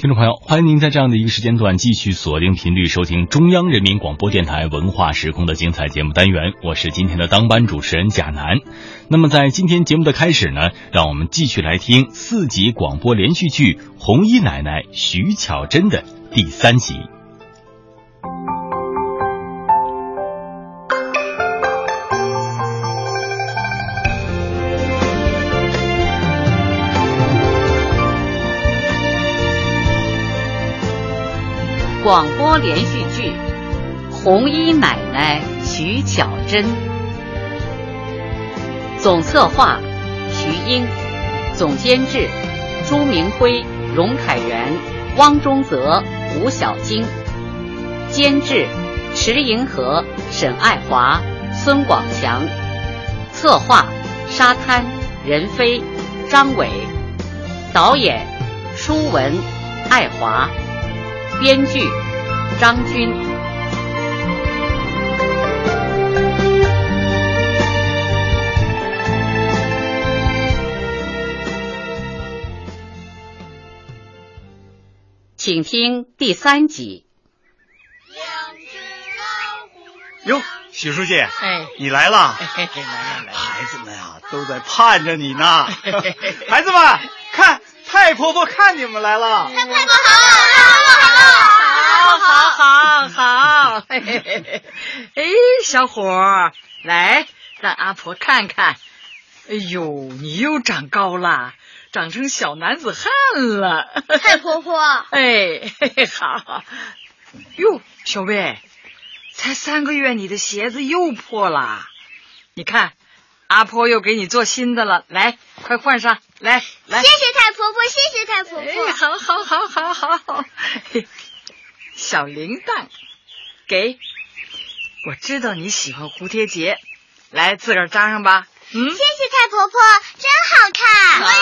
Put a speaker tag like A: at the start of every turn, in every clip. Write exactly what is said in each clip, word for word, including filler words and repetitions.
A: 听众朋友，欢迎您在这样的一个时间段继续锁定频率收听中央人民广播电台文化时空的精彩节目单元，我是今天的当班主持人贾楠。那么在今天节目的开始呢，让我们继续来听四集广播连续剧《红衣奶奶徐巧珍》的第三集。
B: 广播连续剧《红衣奶奶徐巧珍》，总策划徐英，总监制朱明辉、荣凯元、汪中泽、吴小晶，监制池银河、沈爱华、孙广强，策划沙滩、任飞、张伟，导演舒文、爱华，编剧张军。请听第三集。
C: 哟，许书记，
D: 哎，
C: 你来了！
D: 哎，来了来了，
C: 孩子们啊，都在盼着你呢。孩子们，看，太婆婆看你们来了。
E: 太婆婆好，
D: 好，好，好，好。嘿嘿嘿，哎，小伙儿，来，让阿婆看看。哎呦，你又长高了，长成小男子汉了。
E: 太婆婆，
D: 哎，嘿嘿，好。哟，小魏，才三个月，你的鞋子又破了。你看，阿婆又给你做新的了，来，快换上，来来。
E: 谢谢太婆婆，谢谢太婆婆。
D: 哎，好好好好好好。小铃铛，给。我知道你喜欢蝴蝶结，来自个儿扎上吧。嗯，
E: 谢谢太婆婆，真好看。
D: 好，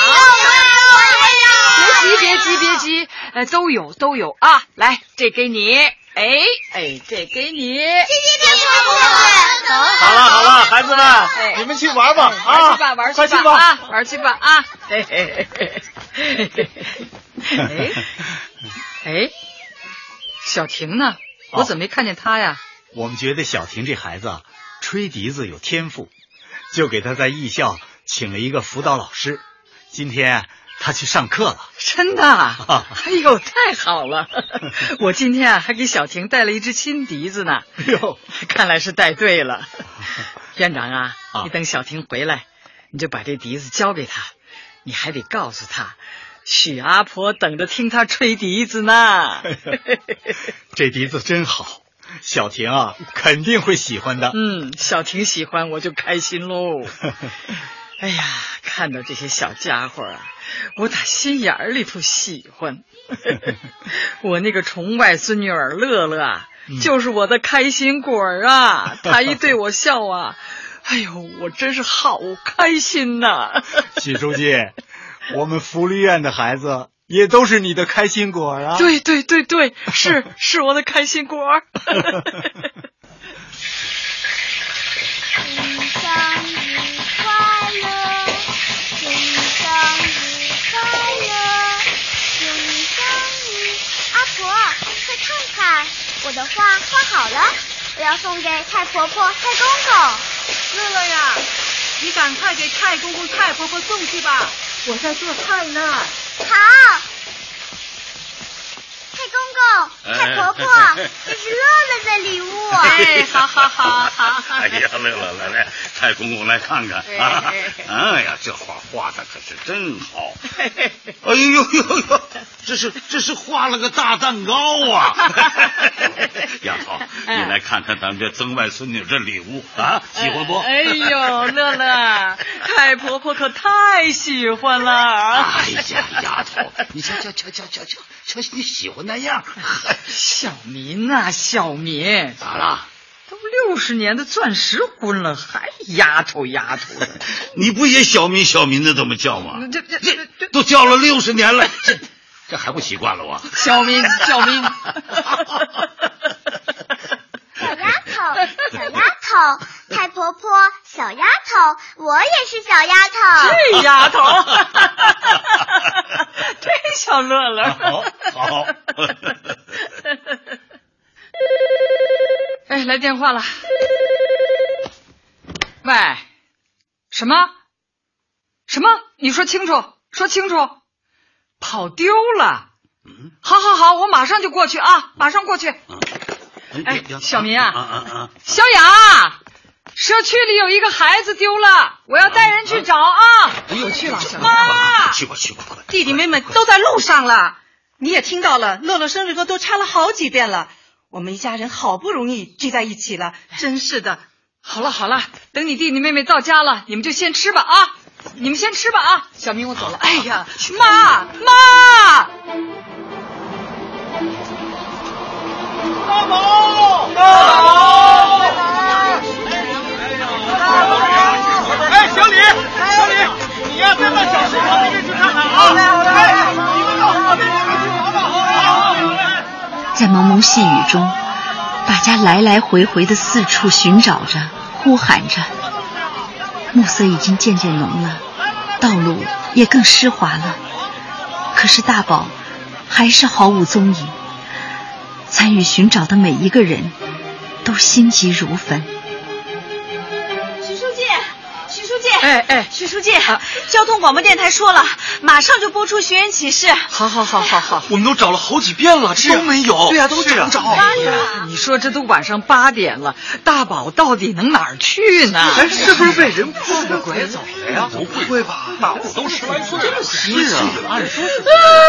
E: 我也有，我也有。
D: 别急别急别急，呃，都有都有啊。来，这给你，哎哎，这给你。谢
E: 谢太婆婆。
C: 好了好了，孩子们，
D: 哎、
C: 你们去玩吧，
D: 哎、
C: 啊，
D: 玩去吧玩
C: 快
D: 去吧啊，玩去吧啊。嘿嘿嘿嘿嘿。哎哎，小婷呢？我怎么没看见她呀？
C: 我们觉得小婷这孩子啊，吹笛子有天赋，就给她在艺校请了一个辅导老师。今天她去上课了。
D: 真的？哎呦，太好了！我今天啊还给小婷带了一支新笛子呢。
C: 哟，
D: 看来是带对了。院长啊，
C: 啊
D: 你等小婷回来，你就把这笛子交给她，你还得告诉她，许阿婆等着听她吹笛子呢。
C: 这笛子真好，小婷啊肯定会喜欢的。
D: 嗯，小婷喜欢我就开心喽。哎呀，看到这些小家伙啊，我打心眼里头喜欢。我那个宠外孙女儿乐乐啊，嗯、就是我的开心果啊。她一对我笑啊，哎呦，我真是好开心呐。
C: 许书记，我们福利院的孩子也都是你的开心果啊。
D: 对对对对，是是我的开心果。
E: 我的画画好了，我要送给太婆婆、太公公。
F: 乐乐呀，你赶快给太公公、太婆婆送去吧，我在做菜呢。
E: 好。太公公、太婆婆，这是乐乐的礼物。
D: 哎，好好好好。
G: 哎呀，乐乐来来，太公公来看看啊！哎呀，这画画的可是真好。哎呦呦呦呦，这是这是画了个大蛋糕啊！丫头，你来看看咱们这曾外孙女这礼物啊，喜欢不？
D: 哎呦，乐乐，太婆婆可太喜欢了。
G: 哎呀，丫头，你瞧瞧瞧瞧瞧瞧。瞧你喜欢那样。
D: 小民啊，小民，
G: 咋了？
D: 都六十年的钻石婚了，还丫头丫头的。
G: 你不也小民小民的这么叫吗？
D: 这这这
G: 这都叫了六十年了，这这还不习惯了我？
D: 小民小民。
E: 小丫头，小丫头，太婆婆，小丫头，我也是小丫头。
D: 这丫头，这小乐乐。
G: 好。
D: 哎，来电话了。喂，什么？什么？你说清楚，说清楚。跑丢了。嗯，好好好，我马上就过去啊，马上过去。嗯、哎，小民啊，啊啊啊小雅，社区里有一个孩子丢了，我要带人去找啊。我有去了，小
G: 妈，去吧去吧，快！
F: 弟弟妹妹都在路上了，你也听到了，乐乐生日歌都唱了好几遍了。我们一家人好不容易聚在一起了，真是的。
D: 好了好了，等你弟弟妹妹到家了，你们就先吃吧啊！你们先吃吧啊！小明，我走了。哎呀，妈妈！
G: 大宝，大宝！哎，小李，小李，你呀再到小市场那边去看看啊！哎，你们到河边那边去找找。好嘞，好嘞。
H: 在蒙蒙细雨中，大家来来回回的四处寻找着，呼喊着。暮色已经渐渐浓了，道路也更湿滑了，可是大宝还是毫无踪影。参与寻找的每一个人都心急如焚。
F: 徐书记，徐书记，
D: 哎哎，
F: 徐书记，啊、交通广播电台说了，马上就播出寻人启事。
D: 好好好好好，
I: 我们都找了好几遍了，都没有。对呀、啊，都找找。
D: 哎呀，你说这都晚上八点了，大宝到底能哪儿去呢？
I: 哎，是不是被人碰着拐走了呀？不会吧？大宝都十来岁了。是啊，按说是。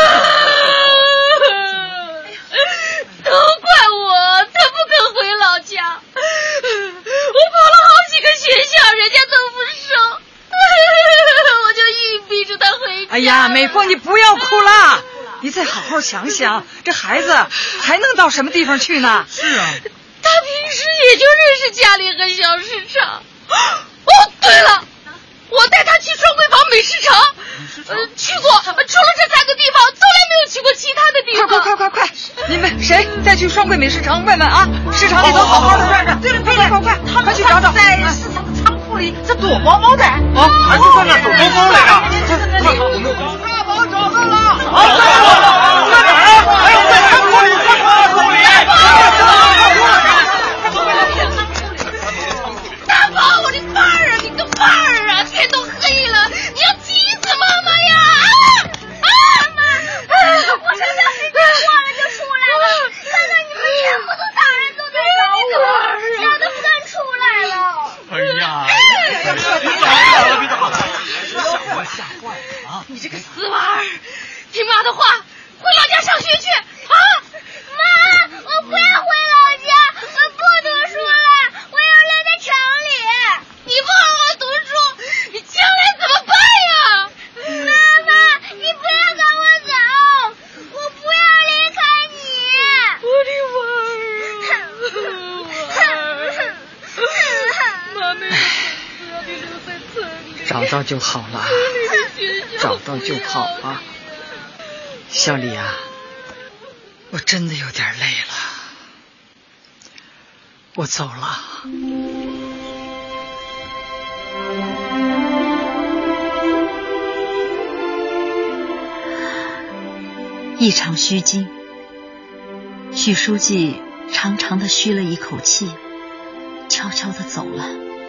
J: 都怪我，他不肯回老家。我跑了好几个学校，人家都不收，我就硬逼着他回家。
D: 哎呀，美凤，你不要哭了，你再好好想想，这孩子还能到什么地方去呢？
I: 是啊，
J: 他平时也就认识家里和小市场。哦，对了，我带他去双桂坊美食城，呃，去过，除了这三个地方，从来没有去过其他的地方。
D: 快快快快快！你们谁再去双桂美食城问问啊？市场里头好好的转转。
F: 对了对
D: 了，快快快，快去找找。
F: 在市场仓库里，这躲猫猫的。
I: 哦，还是在那躲猫猫来着。快，我们
G: 大宝找到了。
I: 好，在哪儿？还有在仓库里，仓库里。
J: 大宝，我的伴儿啊，你个伴儿啊，天都黑了，你要急死妈妈呀！啊啊妈！
E: 我刚才时间过了就出来了，看到你们全部都大人都在找我，吓得不敢出来了。
I: 哎呀！
G: 别找了，别找了，
I: 吓坏吓坏了啊！
J: 你这个死娃儿，听妈的话，回老家上学去啊！
E: 妈，我不要回老家，我不读书了，我要留在城里。
J: 你不好好读书，你将来怎么办呀？
E: 妈妈，你不要赶我走，我不要离开你。
J: 我的娃儿，妈没死，你留在村里。
D: 找到就好了，找到就好啊。小李啊，我真的有点累了，我走了。
H: 一场虚惊，许书记长长的吁了一口气，悄悄地走了。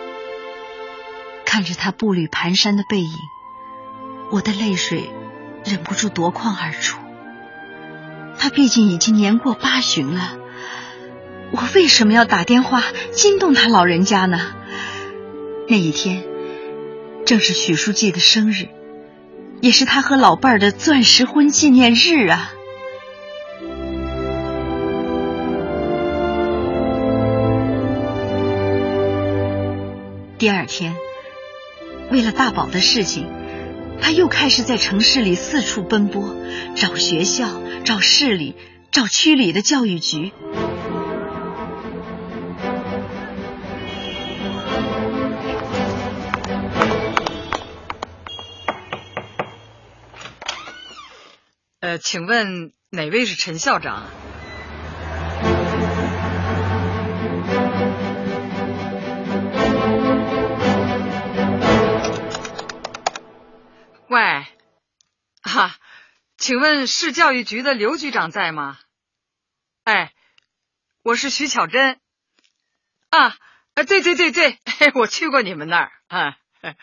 H: 看着他步履蹒跚的背影，我的泪水忍不住夺眶而出。他毕竟已经年过八旬了，我为什么要打电话惊动他老人家呢？那一天正是许书记的生日，也是他和老伴儿的钻石婚纪念日啊。第二天，为了大宝的事情，他又开始在城市里四处奔波，找学校，找市里，找区里的教育局。
D: 呃，请问哪位是陈校长？喂，啊， 请问市教育局的刘局长在吗？哎，我是徐巧珍。啊，啊，对对对对，我去过你们那儿啊。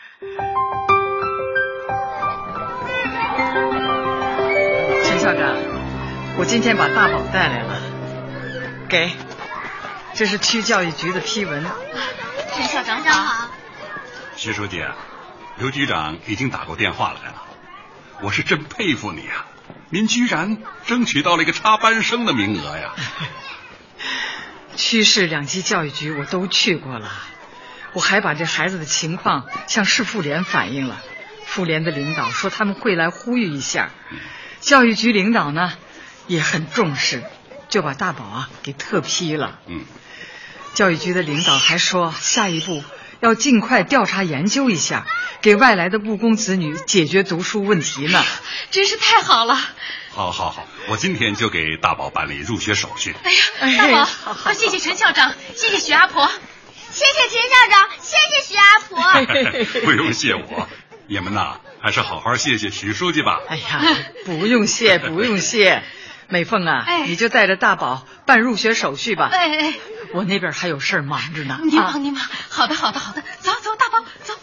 D: 陈校长，我今天把大宝带来了，给，这是区教育局的批文。
J: 陈校长好。
K: 徐书记，刘局长已经打过电话来了，我是真佩服你啊！您居然争取到了一个插班生的名额呀！
D: 区市两级教育局我都去过了，我还把这孩子的情况向市妇联反映了，妇联的领导说他们会来呼吁一下，教育局领导呢也很重视，就把大宝啊给特批了。
K: 嗯，
D: 教育局的领导还说下一步要尽快调查研究一下，给外来的务工子女解决读书问题呢。
J: 真是太好了。
K: 好好好，我今天就给大宝办理入学手续。
J: 哎呀，大宝，好好谢谢陈校长，谢谢许阿婆，
E: 谢谢陈校长，谢谢许阿婆。
K: 不用谢我，你们呐还是好好谢谢许书记吧。
D: 哎呀，不用谢，不用谢。美凤啊，哎、你就带着大宝办入学手续吧。
J: 哎哎，
D: 我那边还有事忙着呢。
J: 您忙、啊、您忙，好的好的好的，走走，大宝走。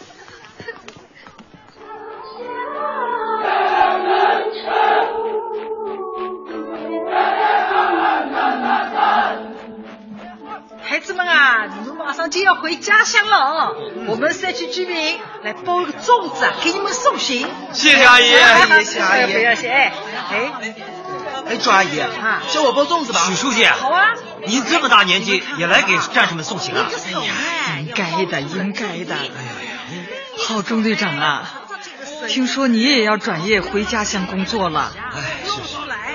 F: 孩子们啊，你们马上就要回家乡了哦！嗯、我们社区居民来包个粽子给你们送行。
I: 谢谢阿姨，
F: 谢谢阿姨，不要谢。哎
I: 哎，朱阿姨啊，教我包粽子吧。许书记，
F: 好啊！
I: 您这么大年纪也来给战士们送行啊？
D: 哎呀，应该的，应该的。哎呀，郝中队长啊，听说你也要转业回家乡工作了。
I: 哎，是是。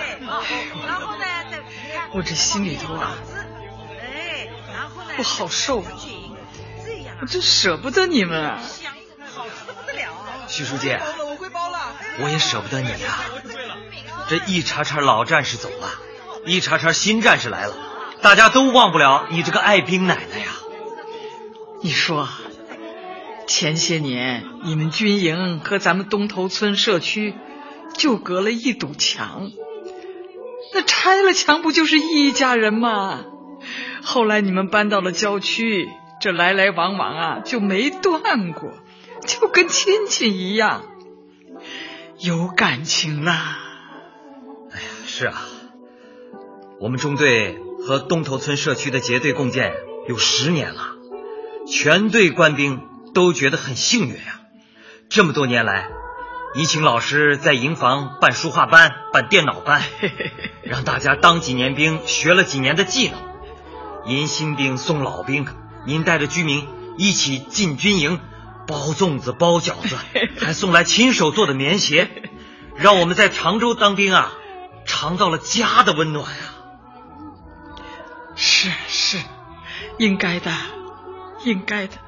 D: 我这心里头啊，不好受，我真舍不得你们啊。
I: 徐书记，我也舍不得你呀、啊。这一茬茬老战士走了，一茬茬新战士来了，大家都忘不了你这个爱兵奶奶呀。
D: 你说，前些年你们军营和咱们东头村社区就隔了一堵墙，那拆了墙不就是一家人吗？后来你们搬到了郊区，这来来往往啊就没断过，就跟亲戚一样，有感情了。
I: 哎呀，是啊，我们中队和东头村社区的结对共建有十年了，全队官兵都觉得很幸运呀。这么多年来，你请老师在营房办书画班、办电脑班，让大家当几年兵，学了几年的技能。迎新兵送老兵，您带着居民一起进军营，包粽子、包饺子，还送来亲手做的棉鞋，让我们在常州当兵啊，尝到了家的温暖啊。
D: 是是，应该的，应该的。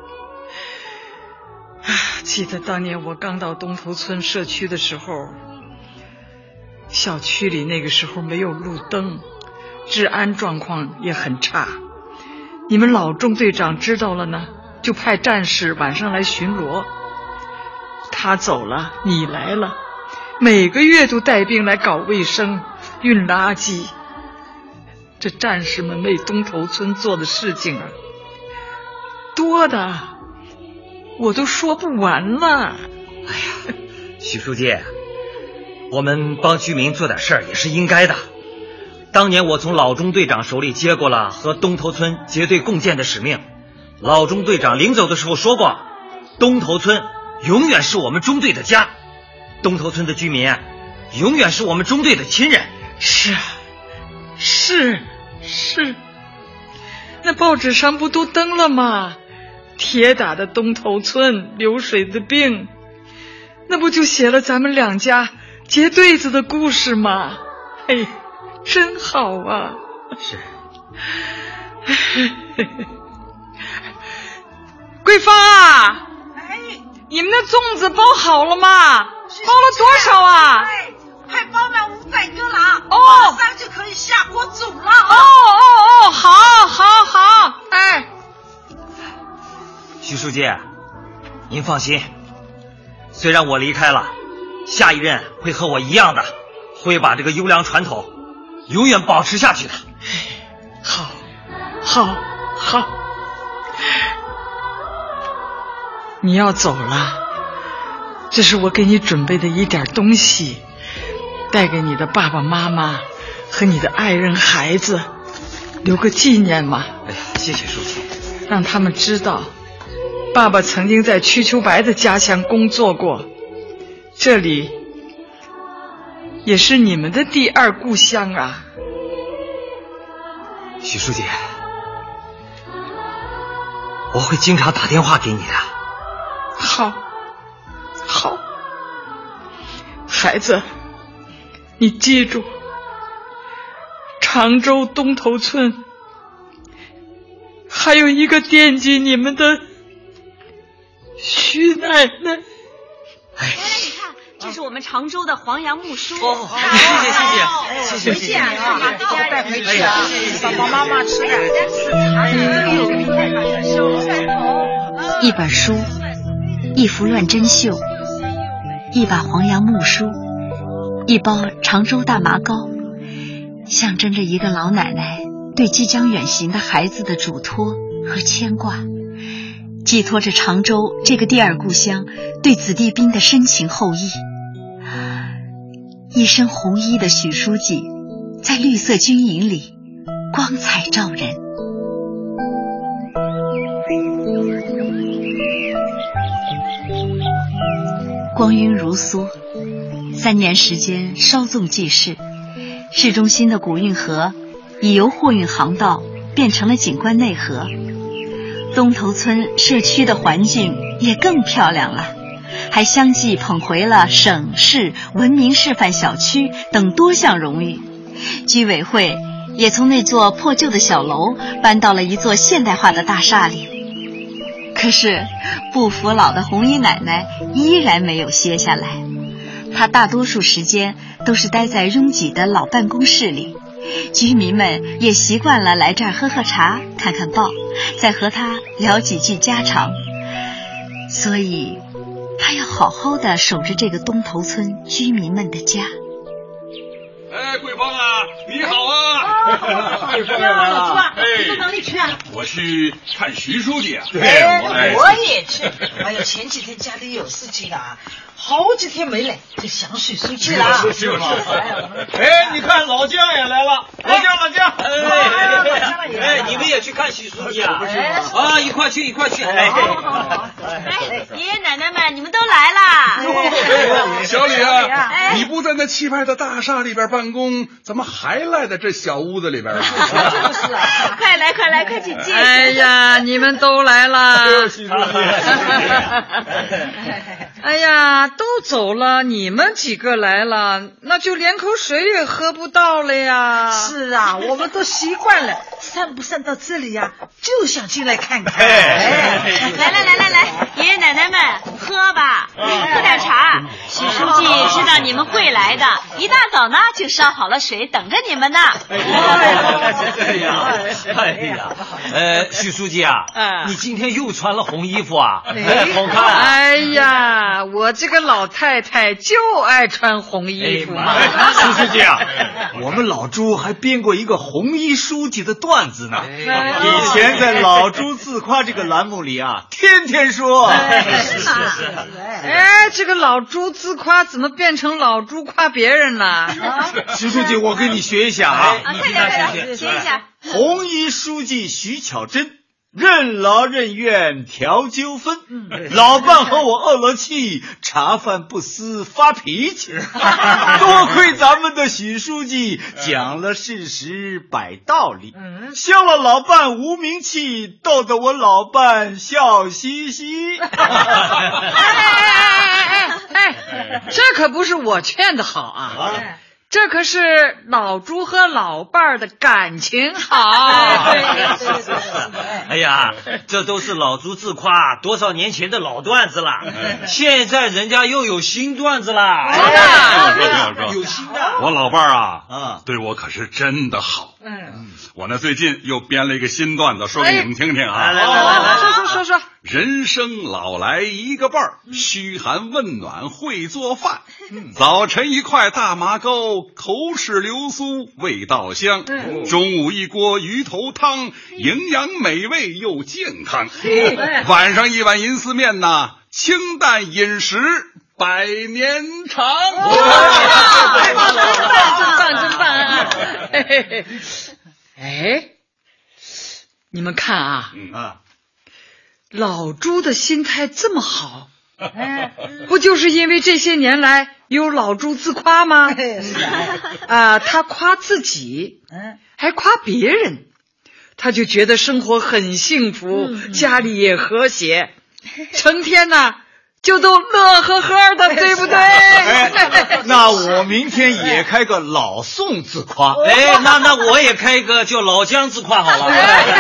D: 啊，记得当年我刚到东头村社区的时候，小区里那个时候没有路灯，治安状况也很差。你们老中队长知道了呢，就派战士晚上来巡逻。他走了，你来了，每个月都带兵来搞卫生、运垃圾。这战士们为东头村做的事情啊，多的我都说不完了。
I: 哎呀，许书记，我们帮居民做点事儿也是应该的。当年我从老中队长手里接过了和东头村结对共建的使命，老中队长临走的时候说过，东头村永远是我们中队的家，东头村的居民啊，永远是我们中队的亲人。
D: 是啊，是是，那报纸上不都登了吗？铁打的东头村，流水的兵，那不就写了咱们两家结对子的故事吗？哎，真好啊！
I: 是。
D: 桂芳啊，哎，你们的粽子包好了吗？包了多少啊？
F: 哎，快包满五百个了，
D: 哦，
F: 马上就可以下锅煮了。
D: 哦哦哦，好，好，好，哎。
I: 徐书记，您放心，虽然我离开了，下一任会和我一样的会把这个优良传统永远保持下去的。
D: 好，好，好。你要走了，这是我给你准备的一点东西，带给你的爸爸妈妈和你的爱人孩子，留个纪念嘛。
I: 哎呀，谢谢书记，
D: 让他们知道爸爸曾经在瞿秋白的家乡工作过，这里也是你们的第二故乡啊。
I: 许书记，我会经常打电话给你的。
D: 好，好，孩子，你记住，常州东头村还有一个惦记你们的徐奶奶。
H: 哎，你看，这是我们常州的黄杨木梳。
I: 哦，谢谢谢谢谢谢谢谢
F: 啊，带回去啊，爸爸妈妈吃的。
H: 一本书，一幅乱针绣，一把黄杨木梳，一包常州大麻糕，象征着一个老奶奶对即将远行的孩子的嘱托和牵挂，寄托着常州这个第二故乡对子弟兵的深情厚谊。一身红衣的许书记在绿色军营里光彩照人。光晕如梭，三年时间稍纵即逝，市中心的古运河已由货运航道变成了景观内河，东头村社区的环境也更漂亮了，还相继捧回了省市文明示范小区等多项荣誉。居委会也从那座破旧的小楼搬到了一座现代化的大厦里。可是不服老的红衣奶奶依然没有歇下来，她大多数时间都是待在拥挤的老办公室里，居民们也习惯了来这儿喝喝茶看看报，再和她聊几句家常。所以她要好好的守着这个东头村居民们的家。
K: 哎，桂芳啊，你好啊！
F: 桂芳来了，老朱啊，你到哪里去啊？
K: 我去看徐书记啊。
L: 对，我也去。哎呀，前几天家里有事情啊，好几天没来，就想许书记了。
G: 是是吗？哎，你看老姜也来了，老姜老姜，
I: 哎哎，你们也去看许书记啊？啊，一块去一块去。哎，
H: 哎，爷爷奶奶们，你们都来啦！
K: 小李啊，你不在那气派的大厦里边办公，怎么还来到这小屋子里边啊？
H: 快来快来，快请进！
D: 哎呀，你们都来了！
G: 许书记，
D: 哎呀，都走了，你们几个来了，那就连口水也喝不到了呀。
L: 是啊，我们都习惯了，散不散到这里呀、啊，就想进来看看。
H: 哎，来来来来来，爷爷奶奶们喝吧，喝点茶。许书记知道你们会来的，一大早呢就烧好了水等着你们呢。
I: 哎呀，哎呀，呃，许书记啊，
D: 啊
I: 你今天又穿了红衣服啊，好看啊。
D: 哎呀，我这个老太太就爱穿红衣服嘛。
C: 徐书记啊，我们老朱还编过一个红衣书记的段子呢。以前在老朱自夸这个栏目里啊，天天说。
D: 是是是。哎，这个老朱自夸怎么变成老朱夸别人了？
C: 徐书记，我跟你学一下啊。
H: 啊，快点快点，学一下。
C: 红衣书记徐巧珍，任劳任怨调纠纷，老伴和我怄了气，茶饭不思发脾气。多亏咱们的许书记讲了事实摆道理，消了老伴无名气，逗得我老伴笑嘻嘻。
D: 哎哎哎哎哎，这可不是我劝的好啊。这可是老朱和老伴儿的感情好。
I: 哎呀，这都是老朱自夸多少年前的老段子了，现在人家又有新段子了。
K: 有新的。我老伴儿啊，啊，对我可是真的好。嗯，我呢最近又编了一个新段子，说给你们听听啊。
D: 来来来来，说说说说。
K: 人生老来一个伴儿，嘘寒问暖会做饭。早晨一块大麻糕，口齿流苏味道香。中午一锅鱼头汤，营养美味又健康。晚上一碗银丝面呐，清淡饮食百年长。
D: 太棒了，真棒，真棒啊！哎，你们看啊，
C: 嗯啊，
D: 老朱的心态这么好，不就是因为这些年来有老朱自夸吗？啊，他夸自己，还夸别人，他就觉得生活很幸福，家里也和谐，成天呢就都乐呵呵的，对不对？
C: 哎，那我明天也开个老宋自夸。
I: 哎，那那我也开一个叫老姜自夸好了。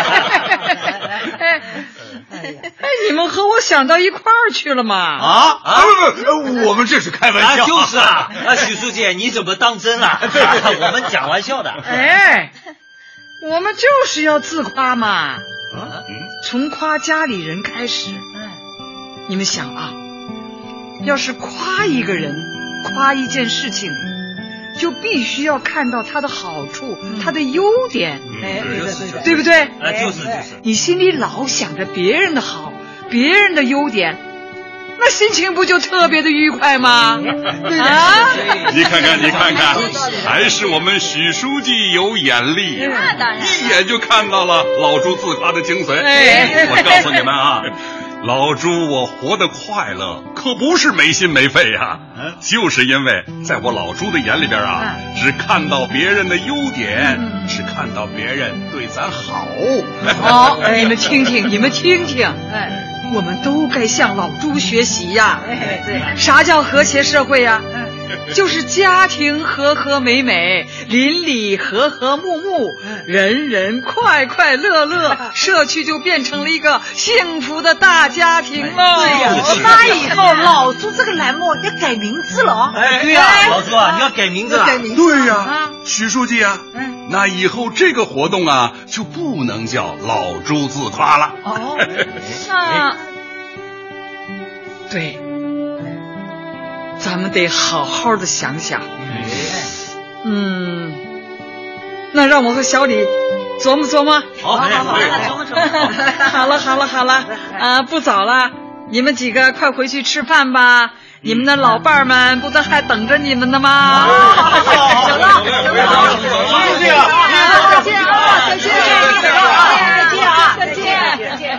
D: 哎，你们和我想到一块儿去了吗？
C: 啊啊！不不，我们这是开玩笑。
I: 啊、就是啊，啊，许书记，你怎么当真了？我们讲玩笑的。
D: 哎，我们就是要自夸嘛，啊、从夸家里人开始。你们想啊，要是夸一个人，夸一件事情，就必须要看到他的好处，嗯、他的优点，哎、嗯，对不对？
I: 啊，就是就是。
D: 你心里老想着别人的好，别人的优点，那心情不就特别的愉快吗？啊！
K: 你看看，你看看，还是我们许书记有眼力，一眼就看到了老朱自夸的精髓。
D: 哎、
K: 我告诉你们啊。老朱，我活得快乐，可不是没心没肺啊，嗯、就是因为在我老朱的眼里边啊，嗯、只看到别人的优点，嗯、只看到别人对咱好。
D: 好、哦，你们听听，你们听听，哎，我们都该向老朱学习呀。哎，对，啥叫和谐社会呀？就是家庭和和美美，邻里和和睦睦，人人快快乐乐，社区就变成了一个幸福的大家庭了。
L: 对呀，那以后老朱这个栏目要改名字了哦。
I: 哎，对呀、啊，老朱啊，你要改名字了。
L: 改名
K: 字。对呀、啊，许书记啊，嗯，那以后这个活动啊就不能叫老朱自夸了。
D: 哦，那对。咱们得好好的想想，嗯，那让我和小李琢磨琢磨。
I: 好，好，好，琢磨琢磨。
D: 好了，好了，好了，啊，不早了，你们几个快回去吃饭吧。你们的老伴儿们不都还等着你们呢吗？
L: 走了，走了，
C: 再见啊！
L: 再见啊！再见，再见啊！再见，再见。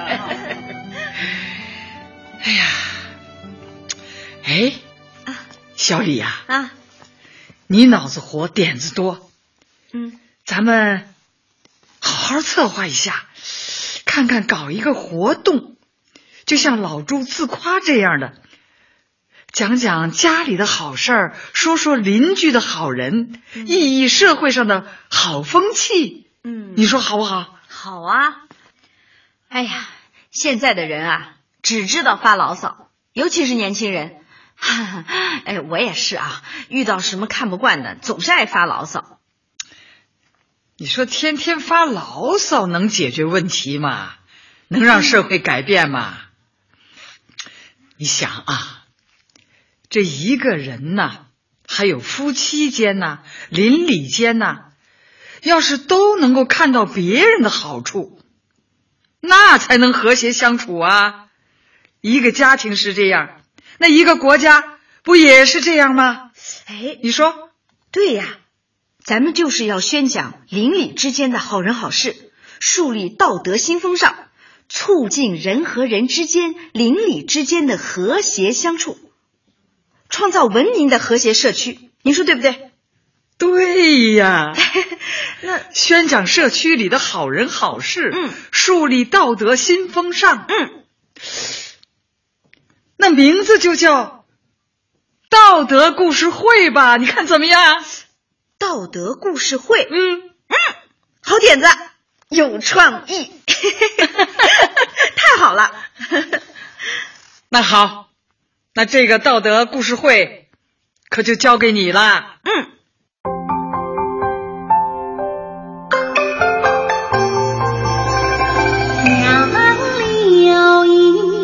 D: 哎呀，哎。小李呀、啊，啊，你脑子活，点子多，嗯，咱们好好策划一下，看看搞一个活动，就像老朱自夸这样的，讲讲家里的好事儿，说说邻居的好人，嗯、意义社会上的好风气，嗯，你说好不好？
H: 好啊！哎呀，现在的人啊，只知道发牢骚，尤其是年轻人。哎，我也是啊，遇到什么看不惯的，总是爱发牢骚。
D: 你说天天发牢骚能解决问题吗？能让社会改变吗？你想啊，这一个人呐，还有夫妻间呐，邻里间呐，要是都能够看到别人的好处，那才能和谐相处啊。一个家庭是这样，那一个国家不也是这样吗？
H: 哎， 你说对呀，咱们就是要宣讲邻里之间的好人好事，树立道德新风尚，促进人和人之间、邻里之间的和谐相处，创造文明的和谐社区。您说对不对？
D: 对呀，那宣讲社区里的好人好事，嗯，树立道德新风尚，
H: 嗯，
D: 那名字就叫道德故事会吧，你看怎么样？
H: 道德故事会，
D: 嗯
H: 嗯，好点子，有创意，太好了。
D: 那好，那这个道德故事会可就交给你了。
H: 嗯。
E: 哪里有一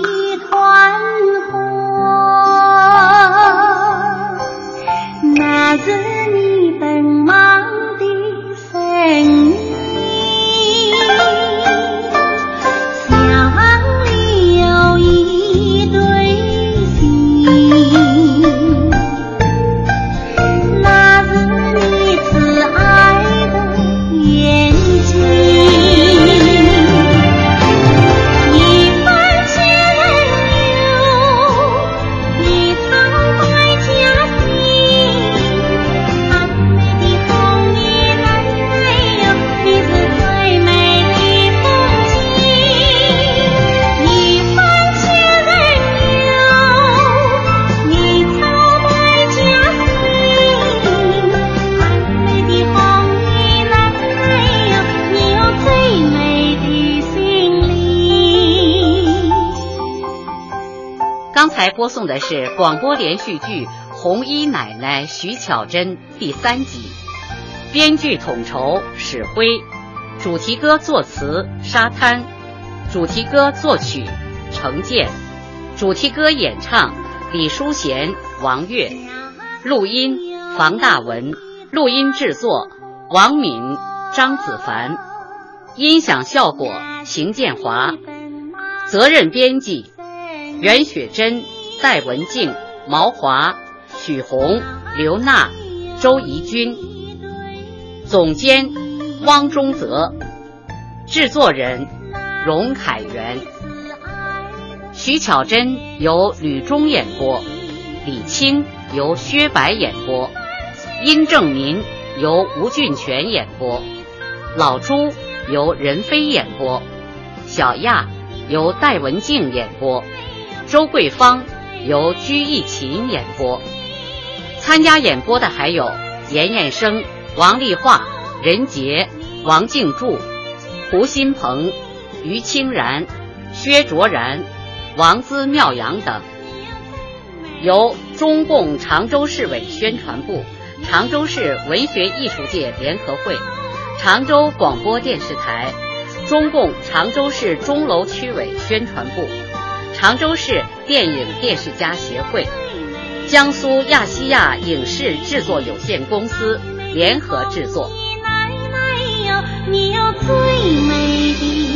B: 来播送的是广播连续剧《红衣奶奶徐巧珍》第三集，编剧统筹史辉，主题歌作词沙滩，主题歌作曲程健，主题歌演唱李淑贤、王悦，录音房大文，录音制作王敏、张子凡，音响效果邢建华，责任编辑袁雪珍、戴文静、毛华、许红、刘娜、周怡君，总监汪中泽，制作人荣凯元。徐巧珍由吕中演播，李清由薛白演播，殷正民由吴俊全演播，老朱由任飞演播，小亚由戴文静演播，周桂芳由居义勤演播。参加演播的还有严彦生、王丽华、任杰、王静柱、胡新鹏、于清然、薛卓然、王资妙阳等。由中共常州市委宣传部、常州市文学艺术界联合会、常州广播电视台、中共常州市钟楼区委宣传部、常州市电影电视家协会、江苏亚细亚影视制作有限公司联合制作。
E: 你有最美的